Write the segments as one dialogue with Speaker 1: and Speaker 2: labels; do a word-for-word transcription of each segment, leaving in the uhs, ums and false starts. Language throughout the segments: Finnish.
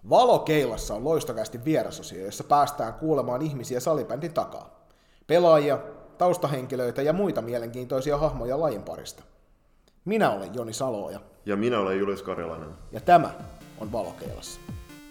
Speaker 1: Valokeilassa on loistokästi vierasosio, jossa päästään kuulemaan ihmisiä salibändin takaa. Pelaajia, taustahenkilöitä ja muita mielenkiintoisia hahmoja lajin parista. Minä olen Joni Saloja.
Speaker 2: Ja minä olen Julius Karjalainen.
Speaker 1: Ja tämä on Valokeilassa.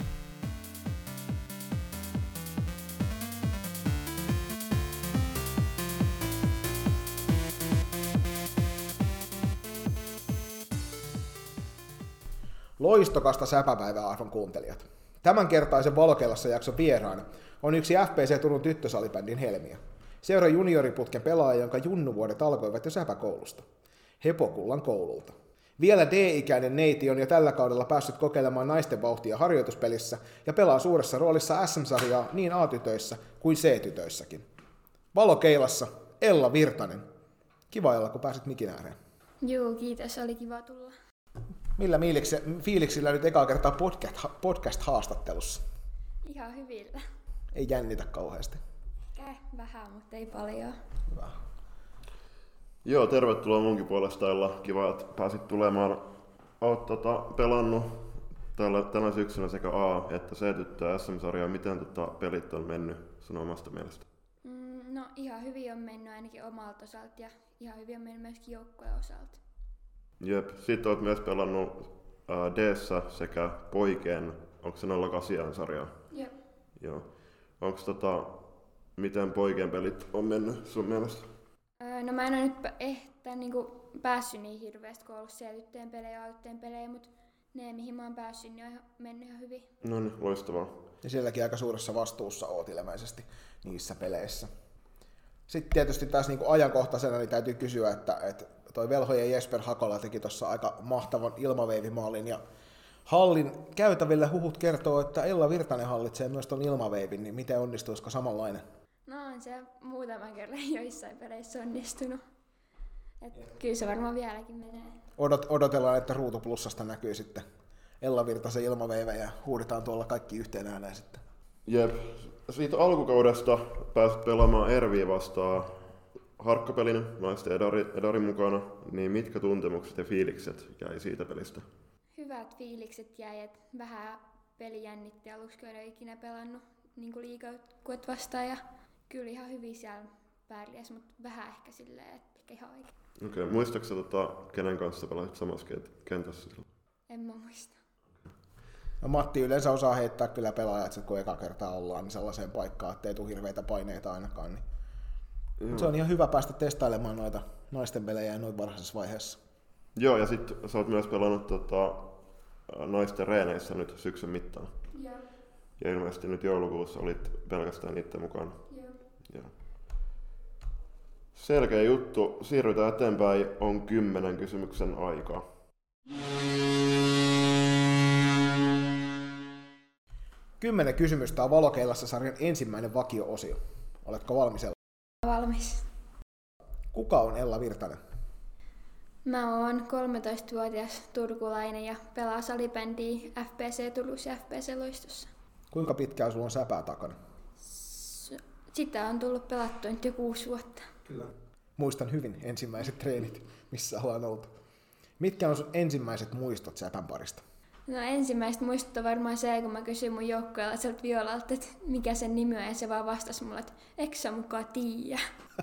Speaker 1: Loistokasta säpäpäivää, arvon kuuntelijat. Tämänkertaisen Valokeilassa jakson vieraana on yksi F P C Turun tyttösalibändin helmiä. Seura junioriputken pelaaja, jonka junnuvuodet alkoivat jo säpäkoulusta. Hepokullan koululta. Vielä D-ikäinen neiti on jo tällä kaudella päässyt kokeilemaan naisten vauhtia harjoituspelissä ja pelaa suuressa roolissa S M-sarjaa niin A-tytöissä kuin C-tytöissäkin. Valokeilassa Ella Virtanen. Kiva Ella, kun pääsit mikin ääreen.
Speaker 3: Joo, kiitos. Oli kiva tulla.
Speaker 1: Millä fiiliksillä nyt ekaa kertaa podcast, podcast-haastattelussa?
Speaker 3: Ihan hyvillä.
Speaker 1: Ei jännitä kauheasti.
Speaker 3: Käy vähän, mutta ei paljon.
Speaker 1: Hyvä.
Speaker 2: Joo, tervetuloa munkin puolesta, Ella. Kiva, että pääsit tulemaan. Oot tota, pelannut tällä, tänä syksynä sekä A- että C-tyttöä S M-sarjaa. Miten tota, pelit on mennyt sun omasta mielestä?
Speaker 3: Mm, no ihan hyvin on mennyt ainakin omalta osalta ja ihan hyvin on mennyt myöskin joukkueen osalta.
Speaker 2: Jep. Sitten oot myös pelannut ää, D-ssä sekä poikien, onko se nolla kahdeksan sarjaa?
Speaker 3: Jep.
Speaker 2: Joo. Onko tota, miten poikien pelit on mennyt sun mielestä?
Speaker 3: Öö, no mä en ole nyt ehkä niinku päässyt niin hirveästi koulussa ja tyttöjen pelejä ja tyttöjen pelejä, mutta ne mihin mä oon päässyt, niin on ihan, mennyt ihan hyvin.
Speaker 2: No niin, loistavaa.
Speaker 1: Ja sielläkin aika suuressa vastuussa oot ilmeisesti niissä peleissä. Sitten tietysti taas niin kuin ajankohtaisena niin täytyy kysyä, että, että toi velhojen Jesper Hakola teki tuossa aika mahtavan ilmaveivimaalin ja hallin käytäville huhut kertoo, että Ella Virtanen hallitsee myös ton ilmaveivin, niin miten onnistuisiko samanlainen?
Speaker 3: No on se muutaman kerran joissain peleissä onnistunut. Et kyllä se varmaan vieläkin menee.
Speaker 1: Odot, odotellaan, että Ruutu Plussasta näkyy sitten Ella Virtasen ilmaveive ja huudetaan tuolla kaikki yhteen ääneen sitten.
Speaker 2: Jep. Siitä alkukaudesta pääsit pelaamaan Erviä vastaan harkkapelin naisten edari, edarin mukana, niin mitkä tuntemukset ja fiilikset jäi siitä pelistä?
Speaker 3: Hyvät fiilikset jäi, että vähän peli jännitti aluksi, kun en ole ikinä pelannut niin liigajoukkuet vastaan ja kyllä ihan hyvin siellä pärjäs, mutta vähän ehkä silleen, että ehkä ihan oikein.
Speaker 2: Okei, okay. Muistatko tota, kenen kanssa pelasit samassa kentässä silloin?
Speaker 3: En mä muista.
Speaker 1: No Matti yleensä osaa heittää kyllä pelaajat, kun eka kertaa ollaan niin sellaiseen paikkaan, ettei tule hirveitä paineita ainakaan. Niin. Se on ihan hyvä päästä testailemaan noita naisten pelejä noin varhaisessa vaiheessa.
Speaker 2: Joo, ja sitten sä oot myös pelannut tota, naisten reeneissä nyt syksyn mittaan.
Speaker 3: Joo.
Speaker 2: Ja ilmeisesti nyt joulukuussa olit pelkästään niiden mukana.
Speaker 3: Joo.
Speaker 2: Joo. Selkeä juttu. Siirrytään eteenpäin. On kymmenen kysymyksen aikaa.
Speaker 1: Kymmenen kysymystä on Valokeilassa sarjan ensimmäinen vakio-osio. Oletko valmis, Ella?
Speaker 3: Valmis.
Speaker 1: Kuka on Ella Virtanen?
Speaker 3: Mä oon kolmetoistavuotias turkulainen ja pelaa salibändiä F P C Turussa ja F P C Loistossa.
Speaker 1: Kuinka pitkään sulla on säpää takana?
Speaker 3: Sitä on tullut pelattua nyt jo kuusi vuotta.
Speaker 1: Kyllä. Muistan hyvin ensimmäiset treenit, missä ollaan oltu. Mitkä on sun ensimmäiset muistot säpän parista?
Speaker 3: No ensimmäistä muistot on varmaan se, kun mä kysyin mun joukkueelaiselta Violalta, että mikä sen nimi on, ja se vaan vastasi mulle, että eikö sä mukaan tiiä?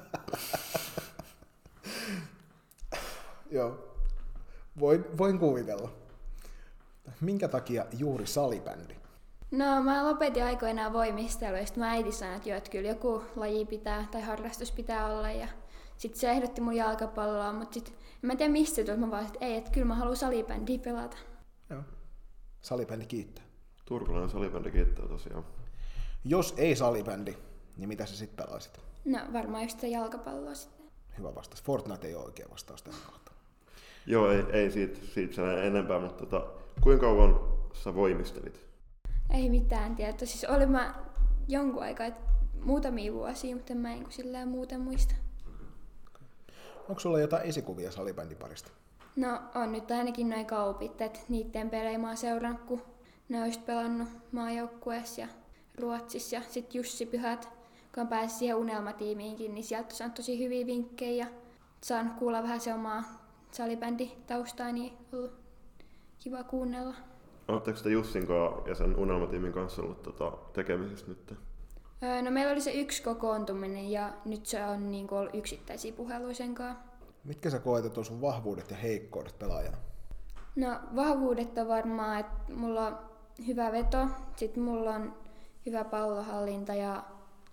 Speaker 1: Joo, voin, voin kuvitella. Minkä takia juuri salibändi?
Speaker 3: No mä lopetin aikoinaan voimistelu, ja sit mä äiti sanoi, että joo, että kyllä joku laji pitää tai harrastus pitää olla, ja sit se ehdotti mun jalkapalloa, mutta sit en mä tiedä mistä se tuli, mä vaan, että ei, että kyllä mä haluan salibändiä pelata.
Speaker 1: Joo, salibändi kiittää.
Speaker 2: Turkulainen salibändi kiittää tosiaan.
Speaker 1: Jos ei salibändi, niin mitä sä sit pelaisit?
Speaker 3: No varmaan just sitä jalkapalloa sitten.
Speaker 1: Hyvä vastaus. Fortnite ei ole oikea vastaus tähän kohtaan.
Speaker 2: Joo, ei, ei siitä, siitä sen enempää, mutta tota, kuinka kauan sä voimistelit?
Speaker 3: Ei mitään tietoa. Siis olin mä jonkun aikaa, muutamia vuosia, mutta en mä en sillä muuten muista.
Speaker 1: Onko sulla jotain esikuvia salibändiparista?
Speaker 3: No on nyt ainakin noin kaupit, että niiden pelejä mä oon seurannut, kun ne on just pelannut maajoukkueessa ja Ruotsissa. Ja sit Jussi Pyhät, kun on päässyt siihen unelmatiimiinkin, niin sieltä on saanut tosi hyviä vinkkejä ja saanut kuulla vähän se omaa salibänditaustaa, niin on ollut kiva kuunnella.
Speaker 2: Oletteko te Jussin kanssa ja sen unelmatiimin kanssa ollut tota, tekemisissä nyt?
Speaker 3: Öö, no meillä oli se yksi kokoontuminen ja nyt se on niinku ollut yksittäisiä puheluja sen kanssa.
Speaker 1: Mitkä sä koet, että on sun vahvuudet ja heikkoudet pelaajana?
Speaker 3: No vahvuudet on varmaan, että mulla on hyvä veto, sitten mulla on hyvä pallohallinta ja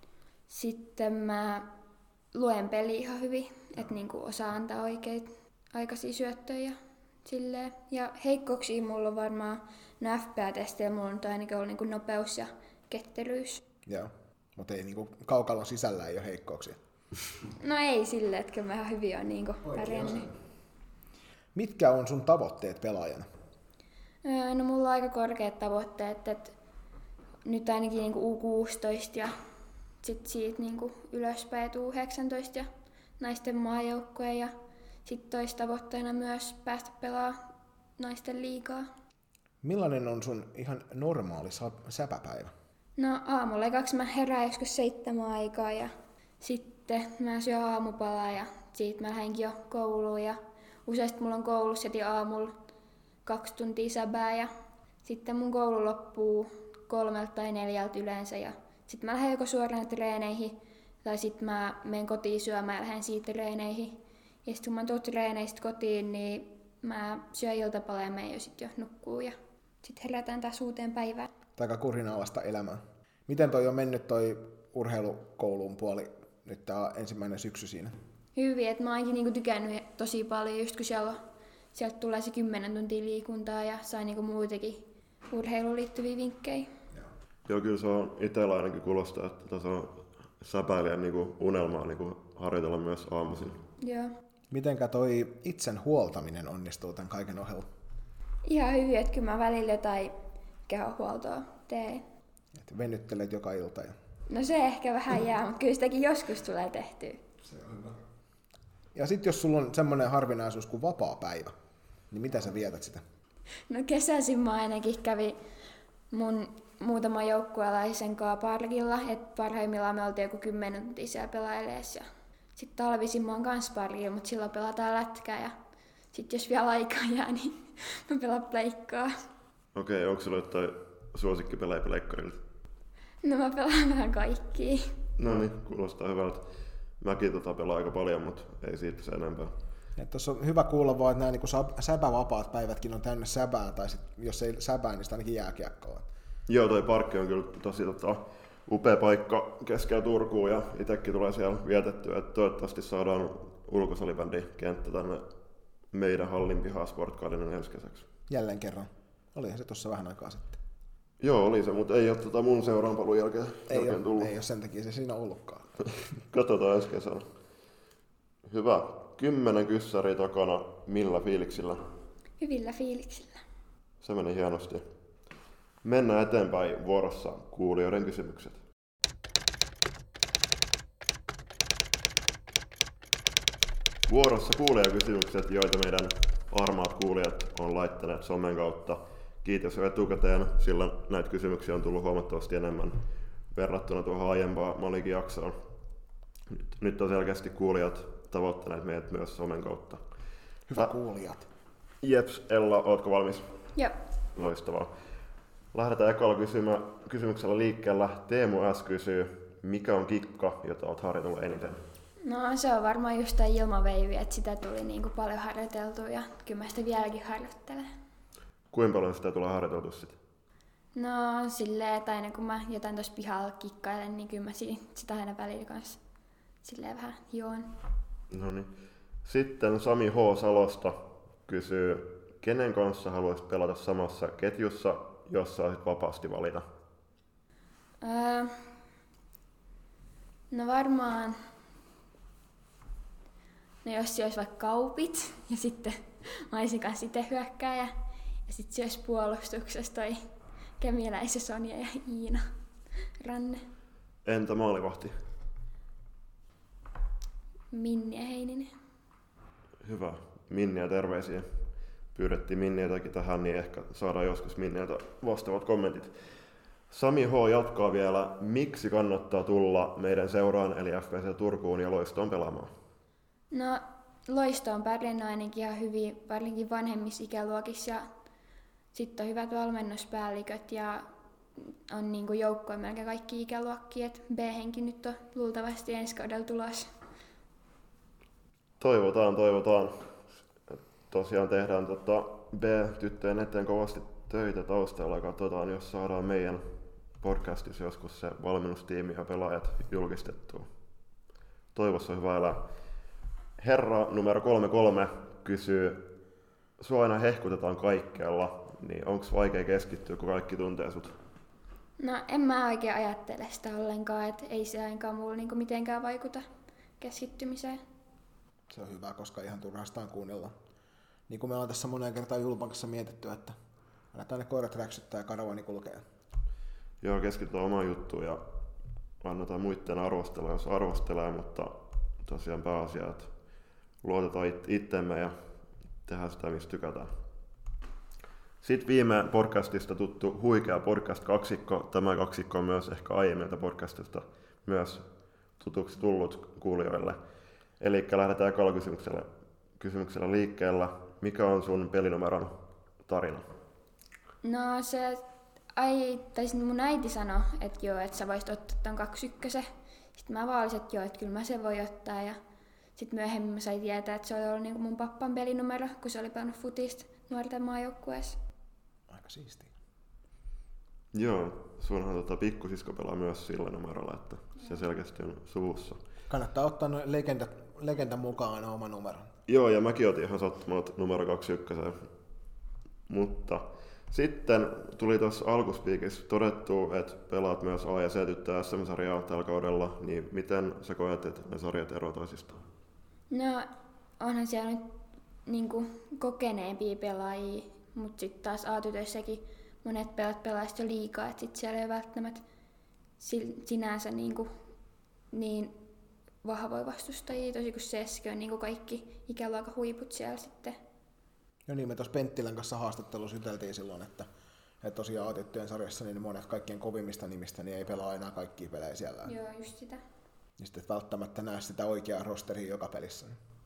Speaker 3: sitten mä luen peli ihan hyvin, että niinku osaa antaa oikeita aikaisia syöttöjä ja silleen. Ja heikkouksia mulla on varmaan no F P A-testeillä mulla on ainakin ollut niinku nopeus ja ketteryys.
Speaker 1: Joo, mutta ei niinku kaukalon sisällä ei ole heikkouksia.
Speaker 3: No ei silleen, että kyllä mä ihan hyvin on niinku pärjännyt.
Speaker 1: Mitkä on sun tavoitteet pelaajana?
Speaker 3: Öö, no mulla on aika korkeat tavoitteet, että nyt ainakin niinku U kuusitoista ja sit siitä niinku ylöspäin U yhdeksäntoista ja naisten maajoukkoja ja sit tois tavoitteena myös päästä pelaamaan naisten liigaa.
Speaker 1: Millainen on sun ihan normaali säpäpäivä?
Speaker 3: No aamulla kaksi mä herään joskus seitsemän aikaa ja sitten mä syön aamupalaa ja siitä mä lähdenkin jo kouluun ja useasti mulla on koulussa heti aamulla kaksi tuntia säbää ja sitten mun koulu loppuu kolmelta tai neljältä yleensä ja sitten mä lähden joko suoraan treeneihin tai sitten mä menen kotiin syömään ja lähden siitä treeneihin. Ja sitten kun mä tuun treeneistä kotiin, niin mä syön iltapalan ja menen jo sitten jo nukkuu ja sitten herätään taas uuteen päivään.
Speaker 1: Aika kurinalaista elämää. Miten toi on mennyt toi urheilukouluun puoli nyt tää ensimmäinen syksy siinä?
Speaker 3: Hyvin, että mä oon ainakin niinku tykännyt tosi paljon just kun siellä on, sieltä tulee se kymmenen tuntia liikuntaa ja sai niinku muutenkin urheiluun liittyviä vinkkejä.
Speaker 2: Joo, kyllä se on itsellä ainakin kuulostaa, että tässä on säpäilijän niinku unelmaa niinku harjoitella myös aamuisin.
Speaker 3: Joo.
Speaker 1: Mitenkä toi itsen huoltaminen onnistuu tämän kaiken ohella?
Speaker 3: Ihan hyvin, että kyllä mä välillä jotain kehonhuoltoa teen.
Speaker 1: Et venyttelet joka ilta. Ja...
Speaker 3: No se ehkä vähän jää, mutta kyllä sitäkin joskus tulee tehtyä.
Speaker 1: Se on hyvä. Ja sit jos sulla on semmoinen harvinaisuus kuin vapaa päivä, niin mitä sä vietät sitä?
Speaker 3: No kesäisin mä ainakin kävin mun muutaman joukkuealaisen kanssa parkilla, että parhaimmillaan me oltiin joku kymmenen tuntia siellä pelaileessa. Ja sitten talvisin mä oon kans parkilla, mutta silloin pelataan lätkää ja sitten jos vielä aikaa jää, niin mä pelaan pleikkaa.
Speaker 2: Okei, onko sulla jotain suosikkipelejä pleikkarilta?
Speaker 3: No mä pelaan vähän kaikkia.
Speaker 2: No niin, kuulostaa hyvältä. Mäkin tota pelaan aika paljon, mutta ei siitä se enempää.
Speaker 1: Tuossa on hyvä kuulla vaan, että nämä niin säbävapaat päivätkin on täynnä säbää, tai sit, jos ei säbää, niin sitä ainakin jääkiekkoa.
Speaker 2: Joo, toi parkki on kyllä tosi tota, upea paikka keskellä Turkuun ja itsekin tulee siellä vietettyä. Että toivottavasti saadaan ulkosalibändin kenttä tänne meidän hallin pihaan Sportgardenin ensi kesäksi.
Speaker 1: Jälleen kerran. Olihan se tuossa vähän aikaa sitten.
Speaker 2: Joo, oli se, mutta ei ole tota mun seuraan palun jälkeen,
Speaker 1: ei
Speaker 2: jälkeen
Speaker 1: ole,
Speaker 2: tullut.
Speaker 1: Ei ole sen takia se siinä ollutkaan.
Speaker 2: Katsotaan ensi kesänä. Hyvä. Kymmenen kyssäriä takana. Millä fiiliksillä?
Speaker 3: Hyvillä fiiliksillä.
Speaker 2: Se meni hienosti. Mennään eteenpäin, vuorossa kuulijoiden kysymykset. Vuorossa kuulijakysymykset, joita meidän armaat kuulijat on laittaneet somen kautta. Kiitos jo etukäteen, sillä näitä kysymyksiä on tullut huomattavasti enemmän verrattuna tuohon aiempaan Malikin jaksoon. Nyt, nyt on selkeästi kuulijat tavoittaneet meidät myös somen kautta.
Speaker 1: Hyvä kuulijat.
Speaker 2: Jeps, Ella, ootko valmis?
Speaker 3: Joo.
Speaker 2: Loistavaa. Lähdetään ekalla kysymä, kysymyksellä liikkeellä. Teemu S. kysyy, mikä on kikka, jota olet harjoitellut eniten?
Speaker 3: No se on varmaan just tämä ilmaveivi, että sitä tuli niinku paljon harjoiteltua ja kyllä mä sitä vieläkin harjoittelen.
Speaker 2: Kuinka paljon sitä tulee harjoiteltu sitten?
Speaker 3: No silleen, että aina kun mä jotain tuossa pihalla kikkailen, niin kyllä mä sitä aina välillä kanssa silleen vähän hioon.
Speaker 2: No niin. Sitten Sami H. Salosta kysyy, kenen kanssa haluaisit pelata samassa ketjussa, jos saisit vapaasti valita?
Speaker 3: Öö, no varmaan, no jos se olisi vaikka Kaupit ja sitten mä olisin kanssa itse hyökkääjä ja sitten se olisi puolustuksessa toi Kemiläis ja Sonja ja Iina Ranne.
Speaker 2: Entä maalivahti?
Speaker 3: Minni ja Heininen.
Speaker 2: Hyvä. Minniä terveisiä. Pyydettiin Minniätäkin tähän, niin ehkä saadaan joskus Minniältä vastaavat kommentit. Sami H. jatkaa vielä, miksi kannattaa tulla meidän seuraan eli F P C Turkuun ja Loistoon pelaamaan?
Speaker 3: No Loisto on pärjännyt ainakin ihan hyvin, varsinkin vanhemmissa ikäluokissa ja sitten on hyvät valmennuspäälliköt ja on niinku joukkoja melkein kaikki ikäluokkia, että B-henki nyt on luultavasti ensi kaudella tulossa.
Speaker 2: Toivotaan, toivotaan. Tosiaan tehdään tota B-tyttöjen eteen kovasti töitä taustalla ja katsotaan, jos saadaan meidän podcastissa joskus se valmennustiimi ja pelaajat julkistettua. Toivossa on hyvä elää. Herra numero kolme kolme kysyy, sua aina hehkutetaan kaikkialla, niin onko vaikea keskittyä, kun kaikki tuntee sut?
Speaker 3: No en mä oikein ajattele sitä ollenkaan, että ei se ainakaan mulla niinku mitenkään vaikuta keskittymiseen.
Speaker 1: Se on hyvä, koska ihan turhastaan kuunnella. Niin kuin me ollaan tässä moneen kertaan Julpan kanssa mietitty, että annetaan ne koirat räksyttää ja karavani kulkee.
Speaker 2: Joo, keskitytään omaan juttuun ja annetaan muiden arvostella, jos arvostelee, mutta tosiaan pääasia, että luotetaan it- itteemme ja tehdään sitä, mistä tykätään. Sitten viime podcastista tuttu huikea podcast-kaksikko. Tämä kaksikko on myös ehkä aiemmilta podcastista myös tutuksi tullut kuulijoille. Eli lähdetään ekalla kysymyksellä, kysymyksellä liikkeellä. Mikä on sun pelinumeron tarina?
Speaker 3: No se, ai, tai mun äiti sanoi, että joo, että sä voisit ottaa ton kaksikkösen. Sitten mä vaan olisin, että joo, että kyllä mä sen voi ottaa. Ja sitten myöhemmin mä sain tietää, että se oli ollut niin kuin mun pappan pelinumero, kun se oli pelannut futista nuorten maajoukkueessa.
Speaker 1: Aika siistiä.
Speaker 2: Joo, sunhan tota pikkusisko pelaa myös sillä numerolla, että se selkeästi on suvussa.
Speaker 1: Kannattaa ottaa legenda, legenda mukaan aina oma numero.
Speaker 2: Joo, ja mäkin otin ihan sattumalta numero kaksikymmentä. Mutta sitten tuli tuossa alkuspiikissä todettu, että pelaat myös A- ja C-tyttöä S M-sarjaa tällä kaudella, niin miten sä koet, että ne sarjat eroavat toisistaan?
Speaker 3: No onhan siellä nyt niinku kokeneempia pelaajia, mutta sitten taas A-tytöissäkin monet pelat pelaisivat jo liikaa, että sit siellä ei välttämättä sinänsä niinku niin vahvoja vastustajia, tosi kun C:ssäkin on niinku kaikki ikäluokan huiput siellä sitten.
Speaker 1: No niin, me tuossa Penttilän kanssa haastattelussa juteltiin silloin, että, että tosiaan A-tyttöjen sarjassa niin monet kaikkien kovimmista nimistä niin ei pelaa enää kaikkia pelejä siellä.
Speaker 3: Joo, just sitä.
Speaker 1: Niin sitten välttämättä näe sitä oikeaa rosteria joka pelissä.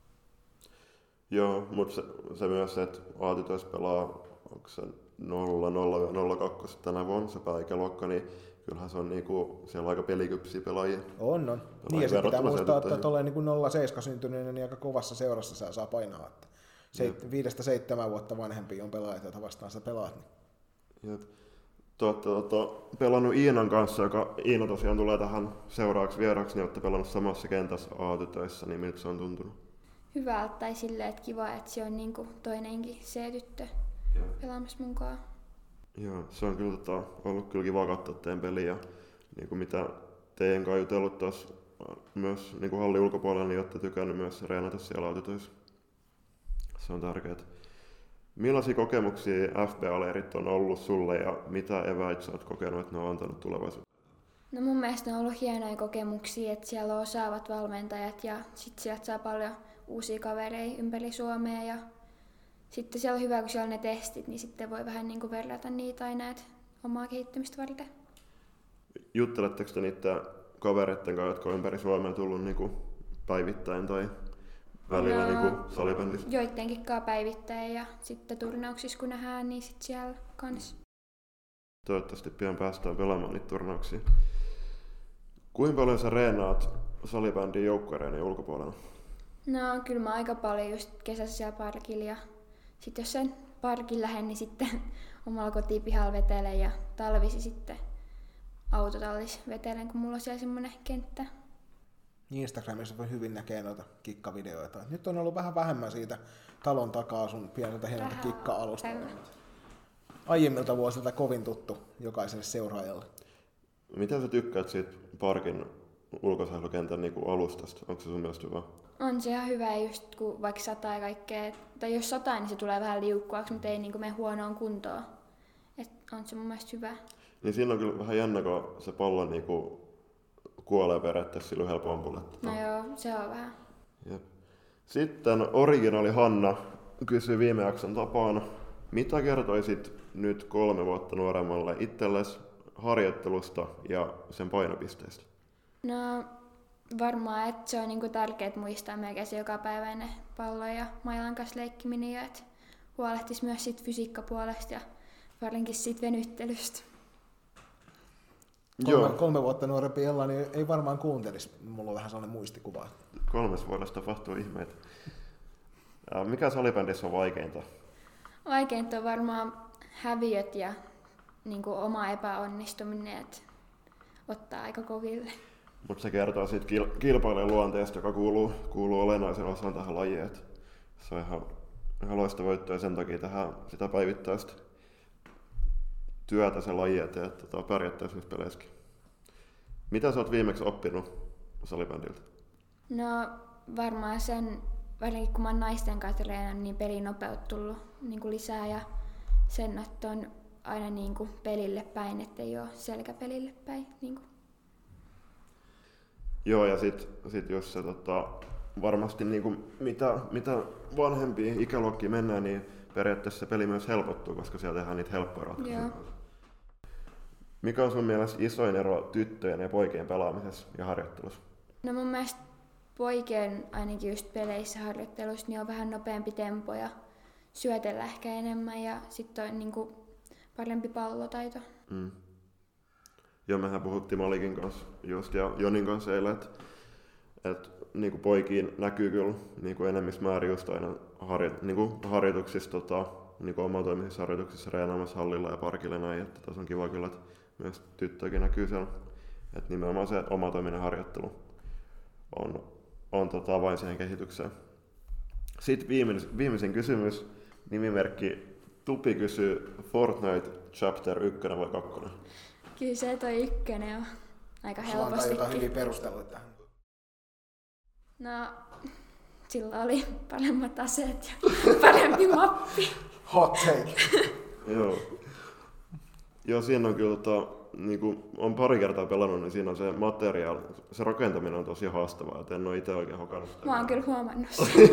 Speaker 2: Joo, mutta se, se myös, että A-tytöissä pelaa, onko se nolla nolla nolla kaksi tänä vuonna se pääikäluokka, niin kyllähän se on niinku, siellä on aika pelikypsiä pelaajia.
Speaker 1: On, on. Niin ja sitten pitää muistaa, että tuollainen niin nolla seitsemän syntyneen niin aika kovassa seurassa sä saa painaa. Että seit, viidestä seitsemän vuotta vanhempia on pelaajia, joita vastaan sä pelaat. Niin.
Speaker 2: Te olette tota, pelannut Iinan kanssa, joka Iina tosiaan tulee tähän seuraavaksi vieraksi, niin olette pelannut samassa kentässä A-tytöissä, niin miltä se on tuntunut?
Speaker 3: Hyvältä tai silleen, että kiva, että se on niinku toinenkin C-tyttö pelaamassa munkaan.
Speaker 2: Joo, se on kyllä tota, ollut kyllä kiva katsoa teidän peliä ja niin kuin mitä teidän kanssa jutellut tuossa myös niin kuin hallin ulkopuolella, niin olette tykännyt myös reenata siellä A-tytöissä. Se on tärkeää. Millaisia kokemuksia F B A-leirit on ollut sulle ja mitä eväitä sä oot kokenut, että ne on antanut tulevaisuuteen?
Speaker 3: No mun mielestä ne on ollut hienoja kokemuksia, että siellä on osaavat valmentajat ja sitten sieltä saa paljon uusia kavereita ympäri Suomea ja sitten siellä on hyvä, kun siellä on ne testit, niin sitten voi vähän niin kuin verrata niitä aina, että omaa kehittymistä varten.
Speaker 2: Jutteletteko te niiden kavereiden kanssa, jotka on ympäri Suomea tullut niin kuin päivittäin tai välillä no, niin salibändissä?
Speaker 3: Joidenkin kanssa päivittäin ja sitten turnauksissa kun nähdään, niin sitten siellä kanssa.
Speaker 2: Toivottavasti pian päästään pelaamaan niitä turnauksia. Kuinka paljon sä reenaat salibändin joukkuereiden ulkopuolella?
Speaker 3: No kyllä mä aika paljon just kesässä siellä parkilla ja sitten jos sen parkin lähden, niin sitten omalla kotipihalla vetelen ja talvisi sitten autotallis vetelen, kun mulla on siellä semmonen kenttä.
Speaker 1: Instagramissa voi hyvin näkee noita kikkavideoita. Nyt on ollut vähän vähemmän siitä talon takaa sun pieneltä hienolta kikka-alusta. Aiemmilta vuosilta kovin tuttu jokaiselle seuraajalle.
Speaker 2: Mitä sä tykkäät siitä parkin ulkosailukentän niin kuin alustasta? Onko se sun mielestä hyvä?
Speaker 3: On se ihan hyvä, just kun vaikka sataa ja kaikkea. Tai jos sataa, niin se tulee vähän liukkuaksi, mutta ei niin mene huonoon kuntoon. Et on se mun mielestä hyvä.
Speaker 2: Niin siinä on kyllä vähän jännä, kun se pallo niin kuin kuolee periaatteessa sillä yhdellä pompulla.
Speaker 3: No joo, se on vähän.
Speaker 2: Jep. Sitten Originali Hanna kysyi viime jakson tapaan, mitä kertoisit nyt kolme vuotta nuoremmalle itsellesi harjoittelusta ja sen painopisteestä?
Speaker 3: No varmaan, että se on niinku tärkeää muistaa melkein se jokapäiväinen pallo ja mailan kanssa leikkiminen ja että huolehtisi myös siitä fysiikkapuolesta ja varsinkin siitä venyttelystä.
Speaker 1: Kolme, kolme vuotta nuorempi Ella niin ei varmaan kuuntelisi. Mulla on vähän sellainen muistikuva.
Speaker 2: Kolmes vuodessa tapahtuu ihmeitä. Ja mikä salibändissä on vaikeinta?
Speaker 3: Vaikeinta on varmaan häviöt ja niin kuin oma epäonnistuminen, että ottaa aika koville.
Speaker 2: Mutta se kertoo siitä kil- kilpailijan luonteesta, joka kuuluu, kuuluu olennaisen osaan tähän lajiin. Et se on ihan, ihan loistava voitto ja sen takia tähän sitä päivittäistä työtä sen lajin eteen, että tota, pärjättäisiin niissä peleissäkin. Mitä sä oot viimeksi oppinut salibändiltä?
Speaker 3: No varmaan sen, varsinkin kun mä oon naisten kanssa treenannut, niin pelinopeut tullut niin kuin lisää ja sen, että on aina niin kuin pelille päin, ettei ole selkäpelille päin. Niin kuin.
Speaker 2: Joo, ja sit, sit jos se tota, varmasti niin kuin mitä, mitä vanhempia ikäluokkia mennään, niin periaatteessa se peli myös helpottuu, koska siellä tehdään niitä helppoja ratkaisuja.
Speaker 3: Joo.
Speaker 2: Mikä on sun mielestä isoin ero tyttöjen ja poikien pelaamisessa ja harjoittelussa?
Speaker 3: No mun mielestä poikien ainakin just peleissä harjoittelussa niin on vähän nopeampi tempo ja syötellä ehkä enemmän ja sitten on niin kuin parempi pallotaito.
Speaker 2: Mm. Joo, mehän puhuttiin Malikin kanssa just ja Jonin kanssa eilen, että et, niin poikiin näkyy kyllä niin enemmissä määrin just aina harjo, niin harjoituksissa, tota, niin omatoimisissa harjoituksissa reenaamassa hallilla ja parkilla näin, että tässä on kiva kyllä, että myös tyttöjäkin näkyy siellä. Että nimenomaan se omatoiminen harjoittelu on, on tota, vain siihen kehitykseen. Sitten viimeis, viimeisin kysymys, nimimerkki Tupi kysyy Fortnite Chapter yksi vai kaksi?
Speaker 3: Kyllä se toi ykkönen on aika
Speaker 1: Sulla antaa jotain
Speaker 3: helpostikin.
Speaker 1: hyviä perusteluita tähän.
Speaker 3: No, sillä oli paremmat aseet ja parempi mappi.
Speaker 1: Hot take.
Speaker 2: Joo. Joo, siinä on kyllä, tota, niin kuin on pari kertaa pelannut, niin siinä on se materiaali, se rakentaminen on tosi haastavaa, et en ole itse oikein hokannut sitä.
Speaker 3: Mä oon kyllä huomannut sen.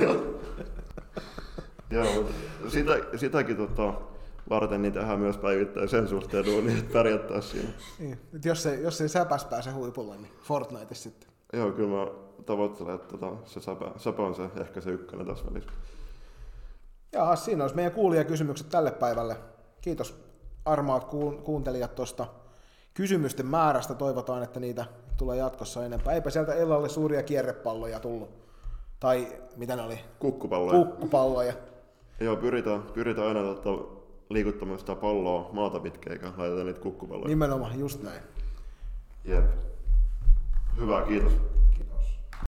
Speaker 2: Joo, sitä, sitäkin tota, varten niin tehdään myös päivittäin sen suhteen duunia, että pärjättäisiin siinä.
Speaker 1: Niin. Jos ei, jos ei säpäs pääse huipulle, niin Fortniteissa sitten.
Speaker 2: Joo, kyllä mä tavoittelen, että tota, se säpä, säpä on se, ehkä se ykkönen tässä välissä.
Speaker 1: Jaa, siinä olisi meidän kuulijakysymykset tälle päivälle. Kiitos armaat kuuntelijat tuosta kysymysten määrästä. Toivotaan, että niitä tulee jatkossa enempää. Eipä sieltä Ellalle suuria kierrepalloja tullut. Tai mitä ne oli?
Speaker 2: Kukkupalloja.
Speaker 1: Kukkupalloja.
Speaker 2: Joo, pyritään, pyritään aina tota, liikuttamaan sitä palloa maata pitkin, eikä laiteta niitä kukkupalloja.
Speaker 1: Nimenomaan, just näin.
Speaker 2: Jep. Hyvä, kiitos.
Speaker 1: Kiitos.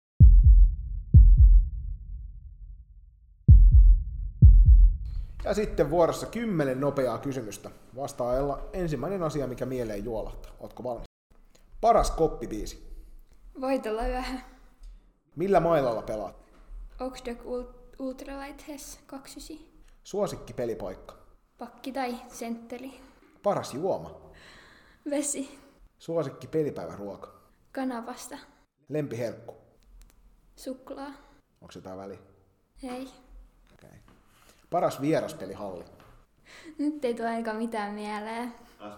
Speaker 1: Ja sitten vuorossa kymmenen nopeaa kysymystä. Vastaa Ella ensimmäinen asia, mikä mieleen juolahtaa. Ootko valmis? Paras koppibiisi.
Speaker 3: Voitolla vähän.
Speaker 1: Millä mailalla pelaat?
Speaker 3: Oxdog Ultralight Hess kaksikymmentäyhdeksän.
Speaker 1: Suosikki pelipaikka.
Speaker 3: Pakki tai sentteri.
Speaker 1: Paras juoma.
Speaker 3: Vesi.
Speaker 1: Suosikki pelipäiväruoka.
Speaker 3: Kanavasta.
Speaker 1: Lempiherkku.
Speaker 3: Suklaa.
Speaker 1: Onko se tää väli?
Speaker 3: Ei.
Speaker 1: Okay. Paras vieraspelihalli.
Speaker 3: Nyt ei tule ainakaan mitään mieleen.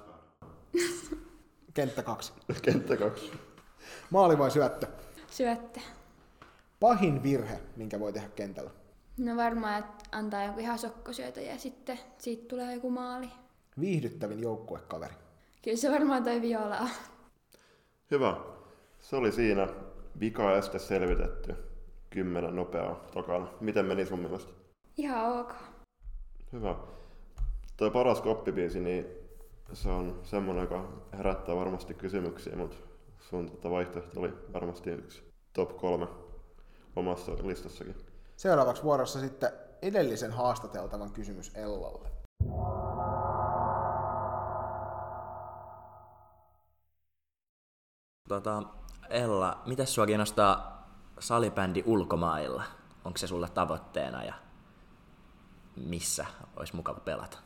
Speaker 1: Kenttä kaksi.
Speaker 2: Kenttä kaksi.
Speaker 1: Maali vai syöttö?
Speaker 3: Syötte.
Speaker 1: Pahin virhe, minkä voi tehdä kentällä.
Speaker 3: No varmaan, että antaa jonkun ihan sokkosyötä ja sitten siitä tulee joku maali.
Speaker 1: Viihdyttävin joukkuekaveri.
Speaker 3: Kyllä se varmaan toi Viola on.
Speaker 2: Hyvä. Se oli siinä vika-este selvitetty. Kymmenen nopeaa takana. Miten meni sun mielestä?
Speaker 3: Ihan ok.
Speaker 2: Hyvä. Toi paras koppibiisi, niin se on semmonen, joka herättää varmasti kysymyksiä, mutta sun tota vaihtoehto oli varmasti yksi top kolme omassa listassakin.
Speaker 1: Seuraavaksi vuorossa sitten edellisen haastateltavan kysymys Ellalle.
Speaker 4: Tota, Ella, miten sua kiinnostaa salibändi ulkomailla? Onko se sulle tavoitteena ja missä olisi mukava pelata?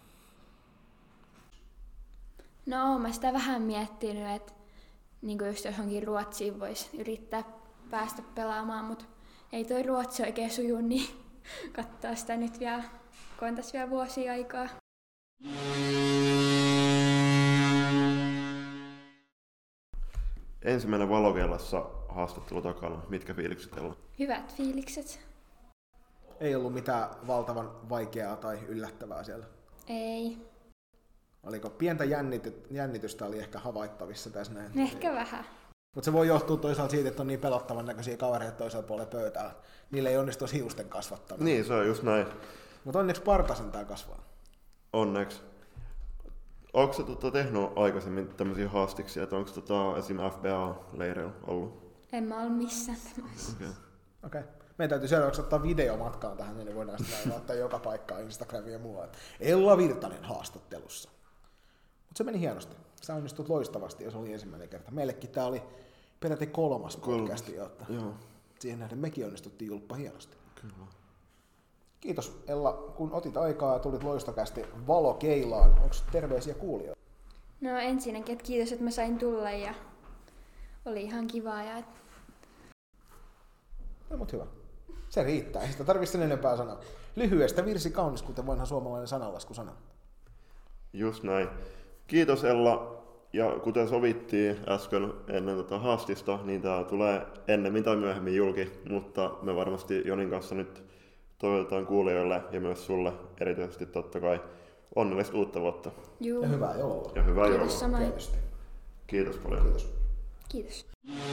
Speaker 3: No oon mä sitä vähän miettinyt, että niin just jos onkin Ruotsiin voisi yrittää päästä pelaamaan, mutta ei toi Ruotsi oikein suju, niin katsoa sitä nyt vielä, kun on tässä vielä vuosia aikaa.
Speaker 2: Ensimmäinen Valokeilassa haastattelu takana. Mitkä fiilikset teillä on?
Speaker 3: Hyvät fiilikset.
Speaker 1: Ei ollut mitään valtavan vaikeaa tai yllättävää siellä.
Speaker 3: Ei.
Speaker 1: Oliko pientä jännity- jännitystä oli ehkä havaittavissa tässä näin?
Speaker 3: Ehkä vähän.
Speaker 1: Mutta se voi johtua toisaalta siitä, että on niin pelottavan näköisiä kavereita toisella puolella pöytää. Niillä ei onnistu hiusten kasvattaminen.
Speaker 2: Niin, se on just näin.
Speaker 1: Mutta onneksi Partasen tää kasvaa.
Speaker 2: Onneksi. Onko sä tota, tehnyt aikaisemmin tämmöisiä haastiksia, että onko tota, esim. F B A-leireillä ollut?
Speaker 3: En mä ole missään tämmöisessä.
Speaker 2: Okay.
Speaker 1: Okei. Okay. Meidän täytyy seuraavaksi ottaa video matkaan tähän, niin voidaan sitten laittaa joka paikkaan Instagramia ja muuta. Ella Virtanen haastattelussa. Mutta se meni hienosti. Sä onnistut loistavasti ja se oli ensimmäinen kerta. Meillekin tää oli peräti kolmas podcasti, jotta
Speaker 2: Joo.
Speaker 1: siihen nähden mekin onnistuttiin julppa hienosti.
Speaker 2: Kyllä.
Speaker 1: Kiitos Ella, kun otit aikaa ja tulit loistokästi valokeilaan. Onko terveisiä kuulijoita?
Speaker 3: No ensinnäkin, että kiitos, että mä sain tulla ja oli ihan kivaa. Ja et...
Speaker 1: No mut hyvä. Se riittää, ei sitä tarvitse sen enempää sanoa. Lyhyestä virsi kaunis, kuten vanha suomalainen sananlasku sanoo.
Speaker 2: Just näin. Kiitos Ella. Ja kuten sovittiin äsken ennen tota haastista, niin tää tulee ennemmin tai myöhemmin julki, mutta me varmasti Jonin kanssa nyt toivotetaan kuulijoille ja myös sulle erityisesti totta kai onnellista uutta vuotta.
Speaker 3: Juu.
Speaker 1: Ja hyvää joulua.
Speaker 2: Ja hyvää joulua.
Speaker 3: Kiitos samoin.
Speaker 1: Tietysti.
Speaker 2: Kiitos paljon.
Speaker 1: Kiitos.
Speaker 3: Kiitos.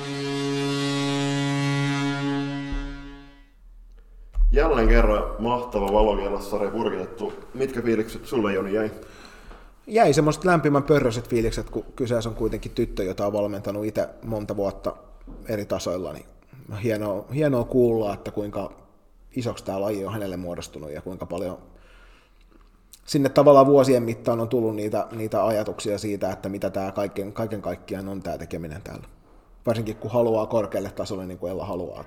Speaker 2: Jälleen kerran mahtava valokeilassarja purkitettu. Mitkä fiilikset sulle, Joni, jäi?
Speaker 1: Jäi semmoiset lämpimän pörröiset fiilikset, kun kyseessä on kuitenkin tyttö, jota on valmentanut itse monta vuotta eri tasoilla. Niin hienoa, hienoa kuulla, että kuinka isoksi tämä laji on hänelle muodostunut ja kuinka paljon sinne tavallaan vuosien mittaan on tullut niitä, niitä ajatuksia siitä, että mitä tämä kaiken, kaiken kaikkiaan on tämä tekeminen täällä. Varsinkin kun haluaa korkealle tasolle, niin kuin Ella haluaa.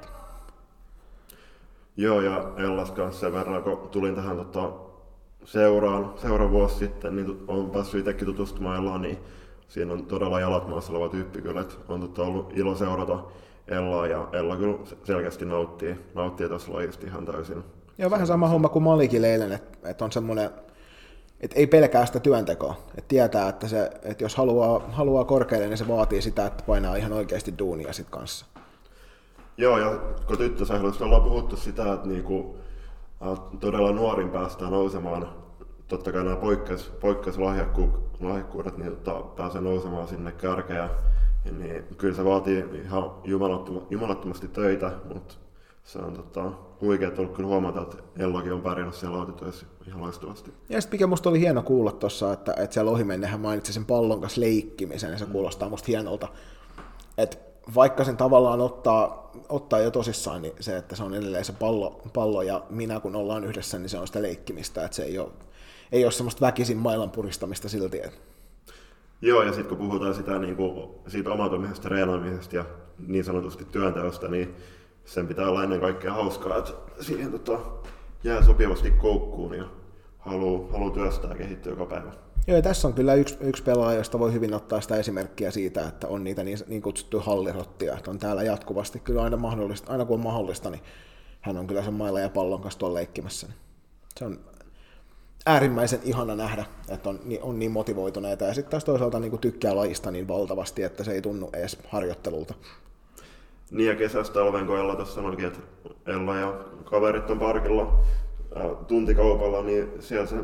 Speaker 2: Joo, ja Ellas kanssa sen verran, kun tulin tähän tota, seuraan, seuraan vuosi sitten, niin olen päässyt itsekin tutustumaan Ellaan, niin siinä on todella jalat maassa oleva tyyppi kyllä, että on tota, ollut ilo seurata Ellaa, ja Ella kyllä selkeästi nauttii, nauttii tässä lajista ihan täysin.
Speaker 1: Joo, vähän sama homma kuin Malikin eilen, että, että on semmoinen, että ei pelkää sitä työntekoa, että tietää, että, se, että jos haluaa, haluaa korkealle, niin se vaatii sitä, että painaa ihan oikeasti duunia sit kanssa. Joo, ja kun tyttösählystä ollaan puhuttu sitä, että niinku, todella nuorin päästään nousemaan, totta kai nämä poikkeus, poikkeuslahjakkuudet, niin tota, pääsee nousemaan sinne kärkeen, niin kyllä se vaatii ihan jumalattomasti töitä, mutta se on tota, huikeaa ollut kyllä huomata, että Ellakin on pärjännyt siellä autityössä ihan loistavasti. Ja sitten mikä musta oli hieno kuulla tuossa, että, että siellä ohimennenhän mainitsi sen pallon kanssa leikkimisen, ja se kuulostaa musta hienolta. Että vaikka sen tavallaan ottaa, ottaa jo tosissaan, niin se, että se on edelleen se pallo, pallo ja minä kun ollaan yhdessä, niin se on sitä leikkimistä, että se ei ole, ei ole semmoista väkisin mailan puristamista silti.
Speaker 2: Joo, ja sitten kun puhutaan sitä, niin kuin, siitä omatoimisesta treenaamisesta ja niin sanotusti työnteosta, niin sen pitää olla ennen kaikkea hauskaa, että siihen tota, jää sopivasti koukkuun ja haluaa, haluaa työstää ja kehittyä joka päivä.
Speaker 1: Joo, ja tässä on kyllä yksi, yksi pelaaja, josta voi hyvin ottaa sitä esimerkkiä siitä, että on niitä niin, niin kutsuttuja hallirottia, että on täällä jatkuvasti kyllä aina mahdollista, aina kun on mahdollista, niin hän on kyllä sen mailla ja pallon kanssa tuolla leikkimässä. Se on äärimmäisen ihana nähdä, että on, on niin motivoituneita ja sitten taas toisaalta niin kuin tykkää lajista niin valtavasti, että se ei tunnu edes harjoittelulta.
Speaker 2: Niin ja kesästä talven, kun Ella tuossa sanoikin, että Ella ja kaverit on parkilla ää, tuntikaupalla, niin siellä se,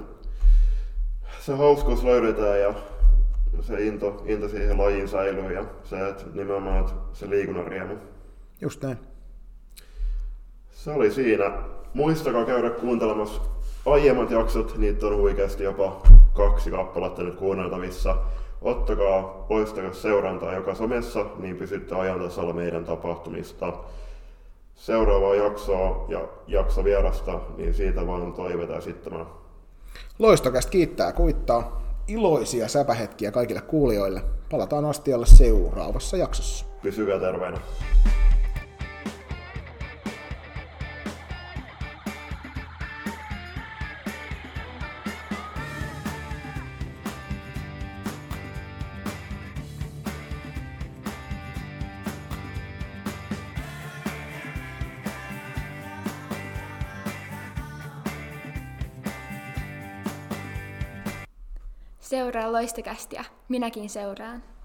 Speaker 2: se hauskuus löydetään ja se into, into siihen lajiin säilyy ja se, että nimenomaan että se liikunnan riemu.
Speaker 1: Just näin.
Speaker 2: Se oli siinä. Muistakaa käydä kuuntelemassa aiemmat jaksot, niitä on huikeasti jopa kaksi kappaletta nyt kuunneltavissa. Ottakaa, poistakaa seurantaa joka somessa, niin pysytte ajan tasalla meidän tapahtumista. Seuraavaa jaksoa ja jaksovierasta, niin siitä vaan toivotaan esittämään.
Speaker 1: Loistokästä kiittää kuittaa. Iloisia säpähetkiä kaikille kuulijoille. Palataan astialle seuraavassa jaksossa.
Speaker 2: Pysykää terveenä.
Speaker 3: Seuraa Loistokästiä. Minäkin seuraan.